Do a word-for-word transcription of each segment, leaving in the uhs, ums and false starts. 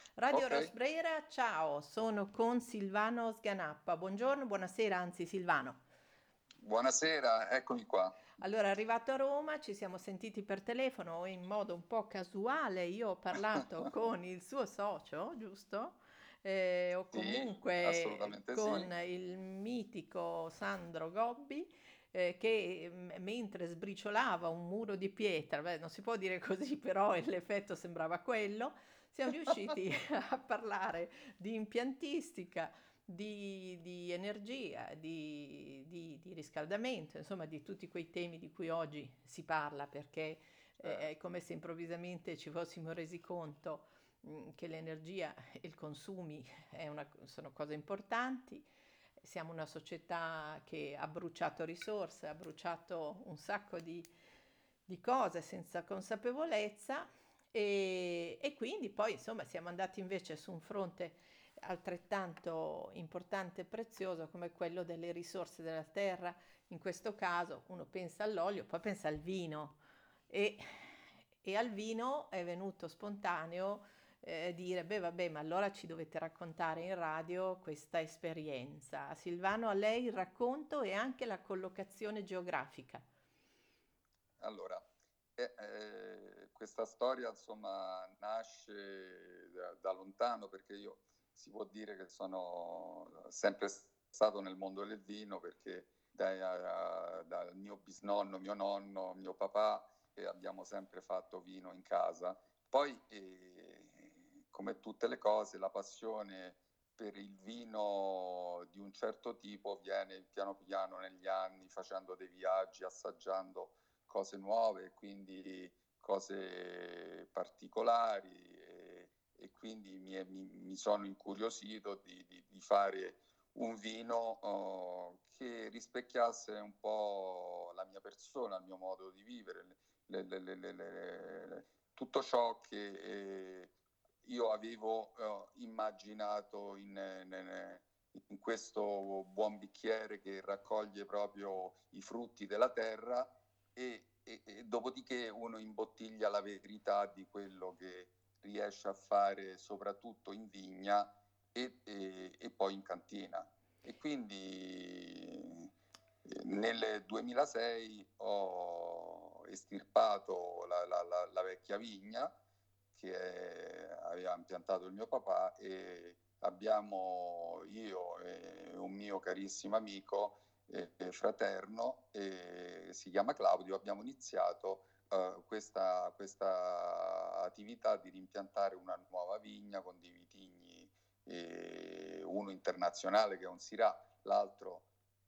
Radio Ok, Rosbrera, ciao, sono con Silvano Sganappa. Buongiorno, buonasera, anzi Silvano. buonasera, eccomi qua. Allora, arrivato a Roma, ci siamo sentiti per telefono in modo un po' casuale. Io ho parlato con il suo socio, giusto? Eh, o Sì, comunque assolutamente con sì. il mitico Sandro Gobbi, eh, che mm, mentre sbriciolava un muro di pietra, beh, non si può dire così, però l'effetto sembrava quello, siamo riusciti a parlare di impiantistica, di, di energia, di, di- di riscaldamento, insomma di tutti quei temi di cui oggi si parla, perché eh, è Certo. come se improvvisamente ci fossimo resi conto mh, che l'energia e i consumi è una- sono cose importanti. Siamo una società che ha bruciato risorse, ha bruciato un sacco di, di cose senza consapevolezza e, e quindi poi insomma siamo andati invece su un fronte altrettanto importante e prezioso come quello delle risorse della terra. In questo caso uno pensa all'olio, poi pensa al vino e, e al vino è venuto spontaneo eh, dire, beh vabbè, ma allora ci dovete raccontare in radio questa esperienza. Silvano, a lei il racconto e anche la collocazione geografica. Allora, eh, eh, questa storia insomma nasce da, da lontano perché io si può dire che sono sempre stato nel mondo del vino perché da- dal mio bisnonno, mio nonno, mio papà eh, abbiamo sempre fatto vino in casa. Poi, eh, come tutte le cose, la passione per il vino di un certo tipo viene piano piano negli anni facendo dei viaggi, assaggiando cose nuove, quindi cose particolari e, e quindi mi, è- mi- mi sono incuriosito di, di- di fare un vino oh, che rispecchiasse un po' la mia persona, il mio modo di vivere, le- le- le- le- le- tutto ciò che eh, io avevo eh, immaginato in, in- in questo buon bicchiere che raccoglie proprio i frutti della terra e, e, e dopodiché uno imbottiglia la verità di quello che riesce a fare soprattutto in vigna e, e, e poi in cantina. E quindi eh, nel duemilasei ho estirpato la, la, la, la vecchia vigna che è- aveva impiantato il mio papà e abbiamo io e un mio carissimo amico eh, fraterno, eh, si chiama Claudio, abbiamo iniziato eh, questa, questa attività di rimpiantare una nuova vigna con dei vitigni, eh, uno internazionale che è un Syrah, l'altro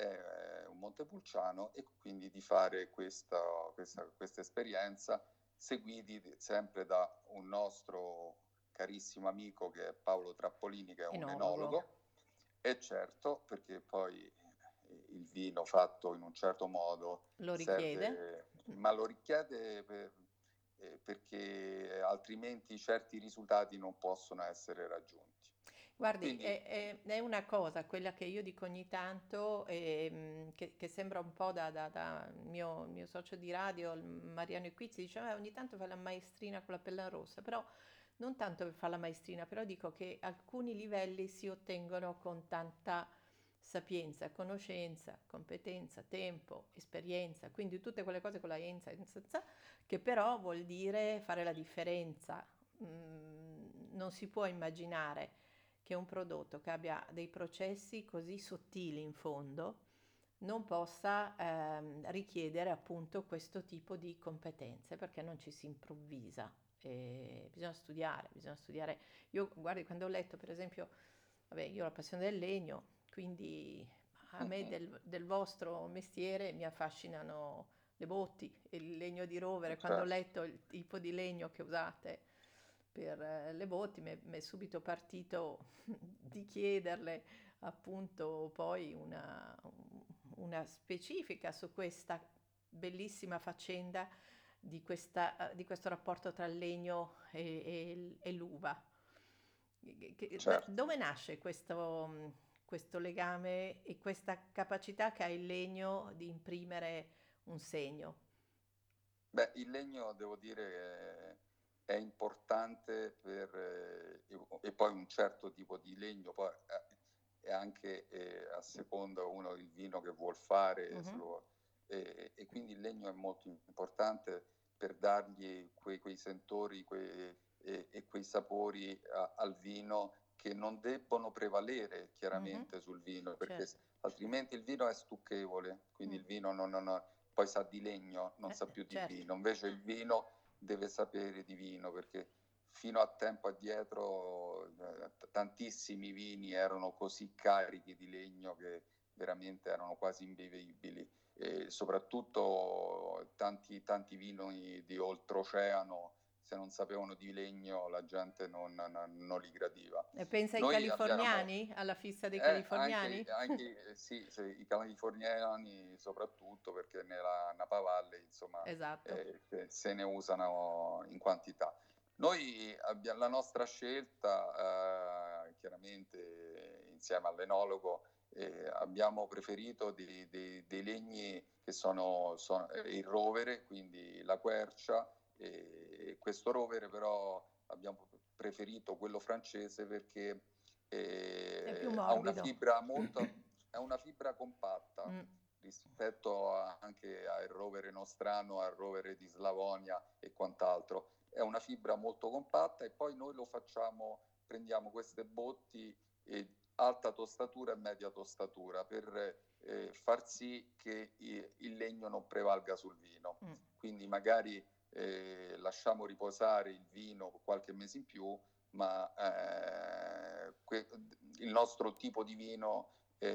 è un Montepulciano e quindi di fare questa, questa, questa esperienza seguiti sempre da un nostro carissimo amico che è Paolo Trappolini, che è un Enologo. enologo, e certo perché poi il vino fatto in un certo modo Lo richiede? serve, ma lo richiede per, eh, perché altrimenti certi risultati non possono essere raggiunti. Guardi, Quindi, è, è- è una cosa, quella che io dico ogni tanto, ehm, che, che sembra un po' da, da, da mio, mio socio di radio, il Mariano Equizzi, diceva, "Eh, ogni tanto fa la maestrina con la pelle rossa, però non tanto per fare la maestrina, però dico che alcuni livelli si ottengono con tanta sapienza, conoscenza, competenza, tempo, esperienza, quindi tutte quelle cose con la enza, enza, enza, che però vuol dire fare la differenza. Mm, non si può immaginare che un prodotto che abbia dei processi così sottili in fondo non possa ehm, richiedere appunto questo tipo di competenze perché non ci si improvvisa. E bisogna studiare, bisogna studiare. Io, guardi, quando ho letto, per esempio, vabbè, io ho la passione del legno, quindi a me mhm, del, del vostro mestiere mi affascinano le botti, il legno di rovere. Quando ho certo, letto il tipo di legno che usate per eh, le botti, mi è mi è subito partito di chiederle appunto poi una, una specifica su questa bellissima faccenda di, questa, di questo rapporto tra il legno e, e- e l'uva. Che- che- da- certo. dove nasce questo, questo legame e questa capacità che ha il legno di imprimere un segno? Beh, il legno devo dire che è importante per, eh, e poi un certo tipo di legno, poi eh, è anche eh, a seconda uno il vino che vuol fare, se Mhm. lo- e, e quindi il legno è molto importante per dargli quei, quei sentori quei, e, e quei sapori a- al vino che non debbono prevalere Mhm. chiaramente sul vino, perché Certo. altrimenti il vino è stucchevole, quindi Mm. il vino non, non- poi sa di legno, non Eh, sa più di certo. vino, invece il vino deve sapere di vino, perché fino a tempo addietro eh, tantissimi vini erano così carichi di legno che veramente erano quasi imbevibili, e soprattutto tanti, tanti vini di oltreoceano, se non sapevano di legno la gente non, non, non li gradiva. E pensa ai Noi abbiamo californiani, alla fissa dei eh, anche, californiani? anche eh, sì, sì, i californiani soprattutto perché nella Napa Valley insomma Esatto. eh, se ne usano in quantità. Noi abbiamo la nostra scelta, eh, chiaramente insieme all'enologo, eh, abbiamo preferito dei, dei, dei legni che sono, sono eh, il rovere, quindi la quercia, e questo rovere però abbiamo preferito quello francese perché È più eh, ha una morbido. fibra molto, è una fibra compatta Mm. rispetto a, anche al rovere nostrano, al rovere di Slavonia e quant'altro. È una fibra molto compatta e poi noi lo facciamo, prendiamo queste botti e alta tostatura e media tostatura per eh, far sì che il legno non prevalga sul vino. Mm. Quindi magari eh, lasciamo riposare il vino qualche mese in più, ma eh, que- il nostro tipo di vino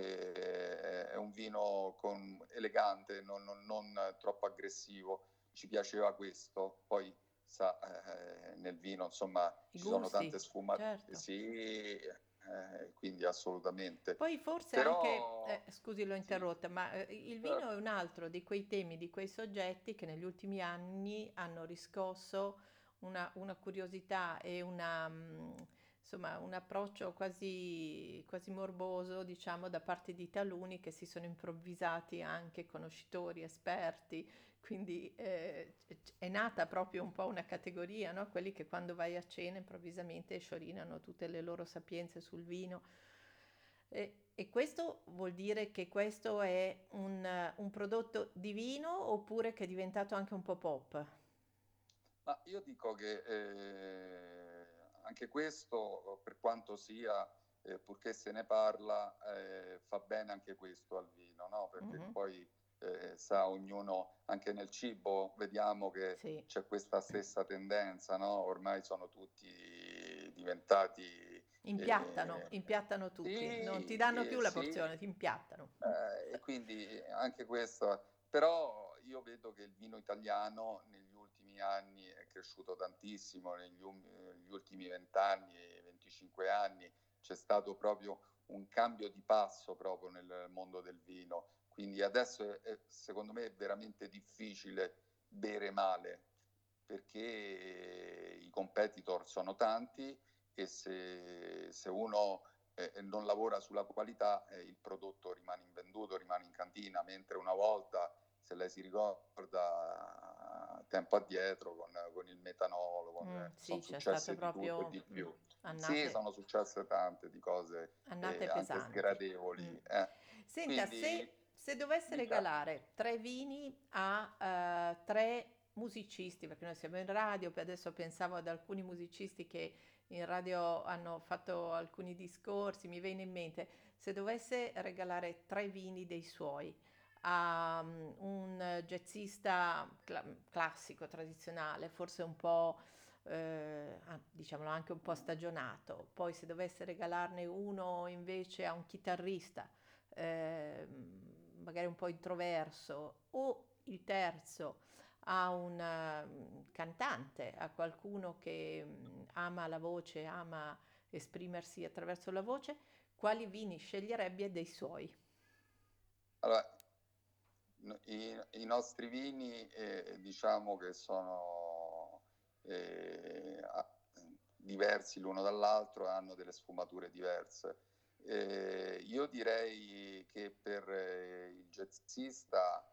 eh, è un vino con, elegante, non, non, non troppo aggressivo. Ci piaceva questo. Poi sa, eh, nel vino insomma I ci sono gusti, tante sfumature, certo. sì, eh, quindi assolutamente. Poi forse anche, Però eh, scusi, l'ho sì, interrotta, ma eh, il vino è certo. un altro di quei temi, di quei soggetti che negli ultimi anni hanno riscosso una, una curiosità e una, mm, insomma, un approccio quasi, quasi morboso, diciamo, da parte di taluni che si sono improvvisati anche conoscitori, esperti. Quindi eh, è nata proprio un po' una categoria, no? Quelli che quando vai a cena improvvisamente sciorinano tutte le loro sapienze sul vino. E, e questo vuol dire che questo è un, eh, un prodotto di vino oppure che è diventato anche un po' pop? Ma io dico che eh, anche questo, per quanto sia, eh, purché se ne parla, eh, fa bene anche questo al vino, no? Perché Mhm. poi eh, sa ognuno, anche nel cibo, vediamo che Sì, c'è questa stessa tendenza, no? Ormai sono tutti diventati... impiattano, eh, impiattano tutti, non ti sì, danno più eh, la sì, porzione, ti impiattano. eh, e quindi anche questo, però io vedo che il vino italiano negli ultimi anni è cresciuto tantissimo, negli, um- negli ultimi vent'anni, venticinque anni c'è stato proprio un cambio di passo proprio nel mondo del vino, quindi adesso è- è- secondo me è veramente difficile bere male perché i competitor sono tanti e se, se uno eh, non lavora sulla qualità, eh, il prodotto rimane invenduto, rimane in cantina, mentre una volta, se lei si ricorda, tempo addietro con, con il metanolo, con, Mm, sono sì, c'è stato successe di tutto e proprio di mm, più. Sì, annate, sono successe tante di cose eh, annate anche pesanti. Mm. sgradevoli. Eh. Senta, Quindi se, se dovesse dica, regalare tre vini a eh, tre musicisti, perché noi siamo in radio, poi adesso pensavo ad alcuni musicisti che in radio hanno fatto alcuni discorsi, mi viene in mente, se dovesse regalare tre vini dei suoi a um, un jazzista cla- classico, tradizionale, forse un po' eh, ah, diciamolo anche un po' stagionato. Poi se dovesse regalarne uno invece a un chitarrista, eh, magari un po' introverso, o il terzo a un uh, cantante, a qualcuno che um, ama la voce, ama esprimersi attraverso la voce, quali vini sceglierebbe dei suoi? allora, no- i, i nostri vini eh, diciamo che sono eh, a- diversi l'uno dall'altro, hanno delle sfumature diverse. Eh, io direi che per eh, il jazzista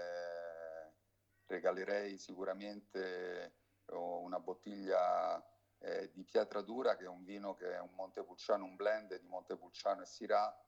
eh, regalerei sicuramente oh, una bottiglia eh, di Pietratura, che è un vino che è un Montepulciano, un blend di Montepulciano e Syrah,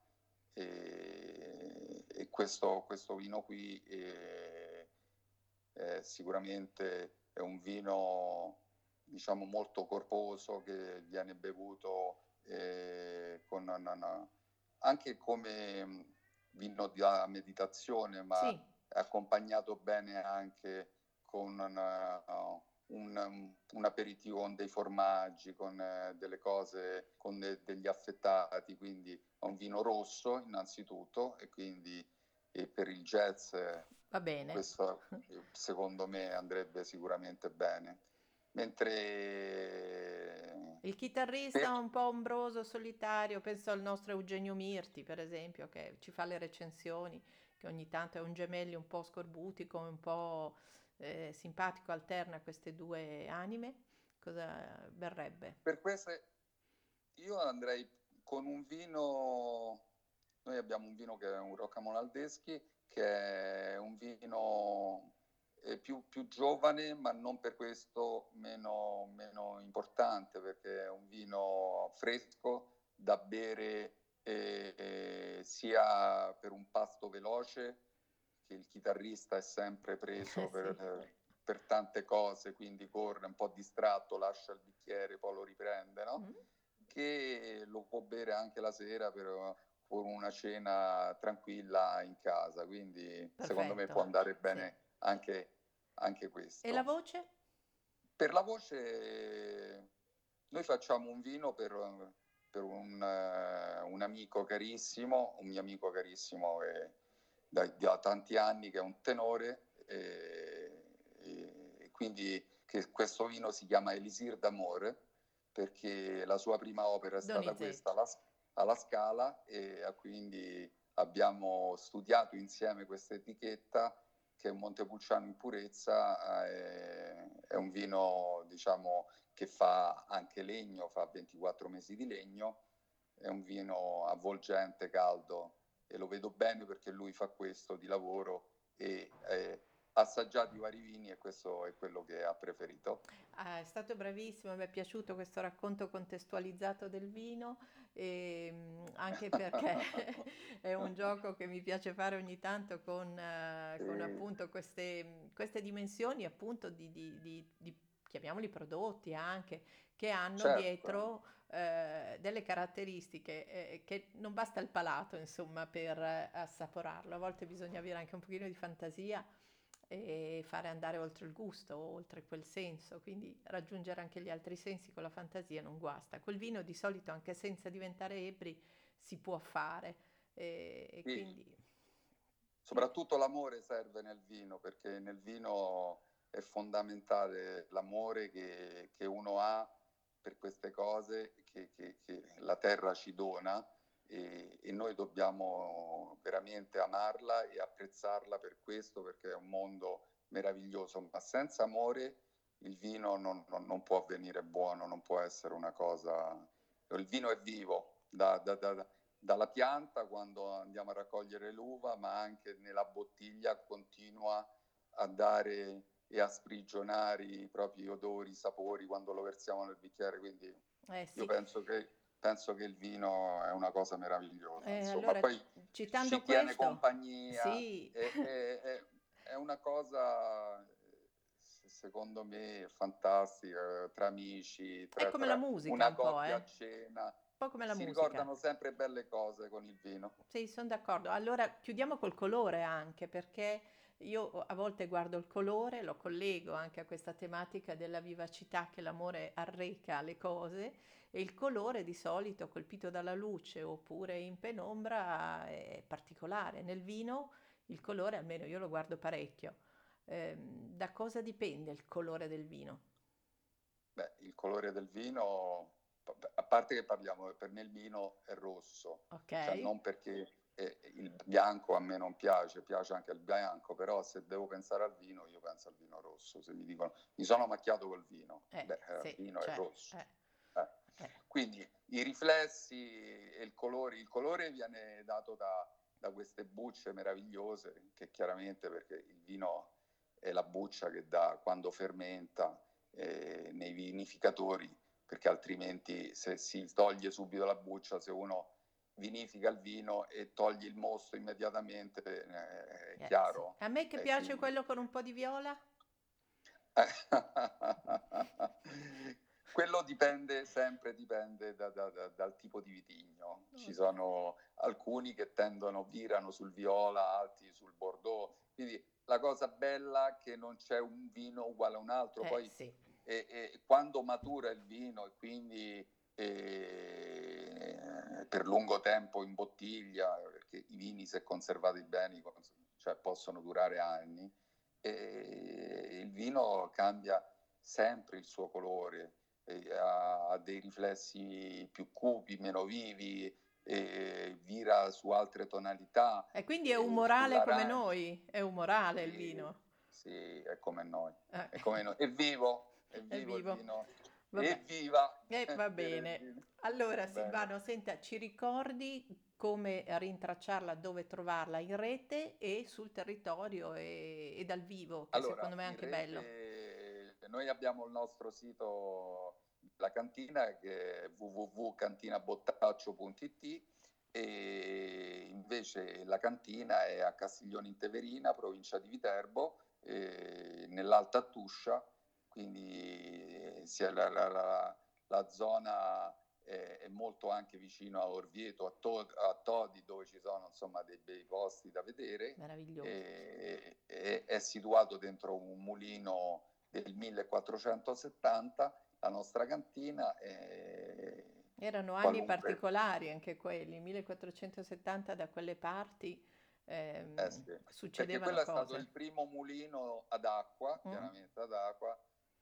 e, e questo, questo vino qui è, è sicuramente è un vino, diciamo, molto corposo, che viene bevuto eh, con una, una, anche come vino da meditazione, ma Sì, è accompagnato bene anche con una, un, un aperitivo con dei formaggi, con eh, delle cose, con de, degli affettati, quindi è un vino rosso innanzitutto, e quindi e per il jazz eh, va bene. questo secondo me andrebbe sicuramente bene. Mentre Il chitarrista per, un po' ombroso, solitario, penso al nostro Eugenio Mirti, per esempio, che ci fa le recensioni, che ogni tanto è un gemelli un po' scorbutico, un po' eh, simpatico, alterna queste due anime. Cosa verrebbe? per queste io andrei con un vino, noi abbiamo un vino che è un Roccamonaldeschi, che è un vino eh, più, più giovane, ma non per questo meno, meno importante, perché è un vino fresco da bere eh, eh, sia per un pasto veloce, che il chitarrista è sempre preso Sì. per, per tante cose, quindi corre un po' distratto, lascia il bicchiere, poi lo riprende, no? Mm, Che lo può bere anche la sera per, per una cena tranquilla in casa, quindi secondo me può perfetto, andare sì. bene anche, anche E la questo. voce? Per la voce noi facciamo un vino per, per un, eh, un amico carissimo, un mio amico carissimo che da, da tanti anni, che è un tenore, e, e quindi che questo vino si chiama Elisir d'Amore, perché la sua prima opera è stata questa, Donizetti. alla, alla Scala, e quindi abbiamo studiato insieme questa etichetta, che è un Montepulciano in purezza, è, è un vino, diciamo, che fa anche legno, fa ventiquattro mesi di legno, è un vino avvolgente, caldo, e lo vedo bene perché lui fa questo di lavoro e eh, ha assaggiato i vari vini, e questo è quello che ha preferito. Ah, è stato bravissimo, mi è piaciuto questo racconto contestualizzato del vino, e, anche perché è un gioco che mi piace fare ogni tanto con, eh, con E, appunto queste, queste dimensioni appunto di, di- di- di, chiamiamoli prodotti anche, che hanno certo, dietro eh, delle caratteristiche eh, che non basta il palato, insomma, per eh, assaporarlo. A volte bisogna avere anche un pochino di fantasia e fare andare oltre il gusto, oltre quel senso, quindi raggiungere anche gli altri sensi con la fantasia non guasta. Col vino di solito, anche senza diventare ebbri, si può fare, e, e sì. quindi sì, Soprattutto l'amore serve nel vino, perché nel vino è fondamentale l'amore che, che uno ha per queste cose che, che, che la terra ci dona, e, e noi dobbiamo veramente amarla e apprezzarla per questo, perché è un mondo meraviglioso, ma senza amore il vino non, non, non può venire buono, non può essere una cosa... Il vino è vivo, da, da, da, dalla pianta quando andiamo a raccogliere l'uva, ma anche nella bottiglia continua a dare e a sprigionare i propri odori, i sapori quando lo versiamo nel bicchiere. Quindi eh io sì. penso che, penso che il vino è una cosa meravigliosa. Eh, Insomma, allora, poi citando ci tiene questo, compagnia, sì, è, è, è, è una cosa secondo me fantastica, tra amici, è tra, come la tra musica una un po', eh? coppia a Un cena, po' come la si musica. ricordano sempre belle cose con il vino. Sì, sono d'accordo. Allora chiudiamo col colore anche, perché io a volte guardo il colore, lo collego anche a questa tematica della vivacità che l'amore arreca alle cose, e il colore di solito colpito dalla luce oppure in penombra è particolare. Nel vino il colore, almeno io lo guardo parecchio. Ehm, da cosa dipende il colore del vino? Beh, il colore del vino, a parte che parliamo, per me il vino è rosso, Ok? cioè non perché eh, il bianco a me non piace, piace anche il bianco, però se devo pensare al vino, io penso al vino rosso. Se mi dicono mi sono macchiato col vino, Eh, beh, eh, il sì, vino è cioè, rosso. eh, Eh. eh. Quindi i riflessi e il colore, il colore viene dato da, da queste bucce meravigliose, che chiaramente, perché il vino è la buccia che dà quando fermenta eh, nei vinificatori, perché altrimenti se si toglie subito la buccia, se uno vinifica il vino e togli il mosto immediatamente, eh, è Eh, sì. chiaro. A me che Eh, piace quindi... quello con un po' di viola? Quello dipende, sempre dipende da, da, da, dal tipo di vitigno. Ci Ok. sono alcuni che tendono, virano sul viola, altri sul bordeaux. Quindi la cosa bella è che non c'è un vino uguale a un altro. Eh, Poi sì. e, e quando matura il vino e quindi e, per lungo tempo in bottiglia, perché i vini se conservati bene, cioè, possono durare anni, e il vino cambia sempre il suo colore, eh, ha dei riflessi più cupi, meno vivi, eh, vira su altre tonalità, E quindi è eh, umorale come sull'arancio. noi, è umorale il Sì, vino. sì, è come noi, Eh, è come noi. È vivo, è è vivo il vivo. vino. Vabbè. Evviva! E va Bere il bene. vino. Allora, Bene. Silvano, senta, ci ricordi come rintracciarla, dove trovarla in rete e sul territorio e, e dal vivo, che Allora, secondo me è in anche bello. rete noi abbiamo il nostro sito, la cantina, che è w w w punto cantinabottaccio punto i t, e invece la cantina è a Castiglione in Teverina, provincia di Viterbo, eh, nell'Alta Tuscia, quindi sia la, la, la, la zona è, è molto anche vicino a Orvieto, a, to- a Todi, dove ci sono insomma dei bei posti da vedere. Meraviglioso. E, e, è situato dentro un mulino del millequattrocentosettanta, la nostra cantina. E Erano anni qualunque... particolari anche quelli, millequattrocentosettanta da quelle parti Eh ehm, sì, perché succedevano quello è stato il cose. primo mulino ad acqua, Mm? chiaramente ad acqua,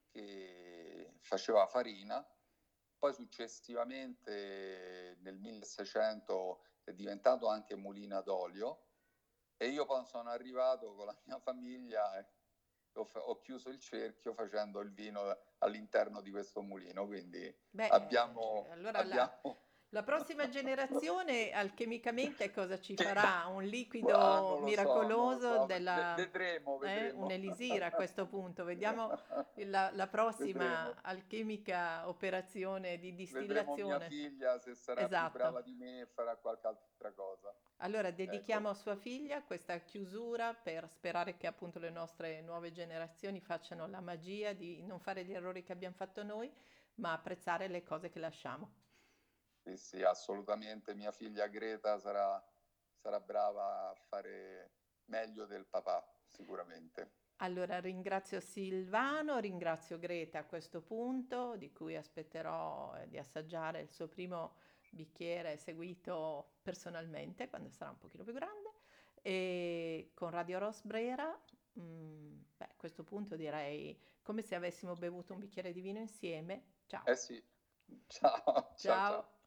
che faceva farina. Poi successivamente nel milleseicento è diventato anche mulino ad olio, e io poi sono arrivato con la mia famiglia e ho, ho chiuso il cerchio facendo il vino all'interno di questo mulino, quindi Beh, eh, abbiamo, allora la, abbiamo la prossima generazione alchemicamente cosa ci che... farà? Un Ah, liquido non lo so, non lo miracoloso so, v- della, vedremo, eh, un vedremo. elisir a questo punto. Vediamo la, la Vedremo. prossima alchemica operazione di Vedremo mia distillazione. figlia se sarà più Esatto. brava di me e farà qualche altra cosa. Allora dedichiamo Ecco, a sua figlia questa chiusura per sperare che appunto le nostre nuove generazioni facciano la magia di non fare gli errori che abbiamo fatto noi, ma apprezzare le cose che lasciamo. sì, sì, assolutamente. Mia figlia Greta sarà, sarà brava a fare meglio del papà, sicuramente. Allora ringrazio Silvano, ringrazio Greta a questo punto, di cui aspetterò eh, di assaggiare il suo primo bicchiere seguito personalmente quando sarà un pochino più grande. E con Radio Rosbrera, mm, beh, a questo punto direi come se avessimo bevuto un bicchiere di vino insieme. Ciao, Eh sì, ciao, ciao, ciao. ciao.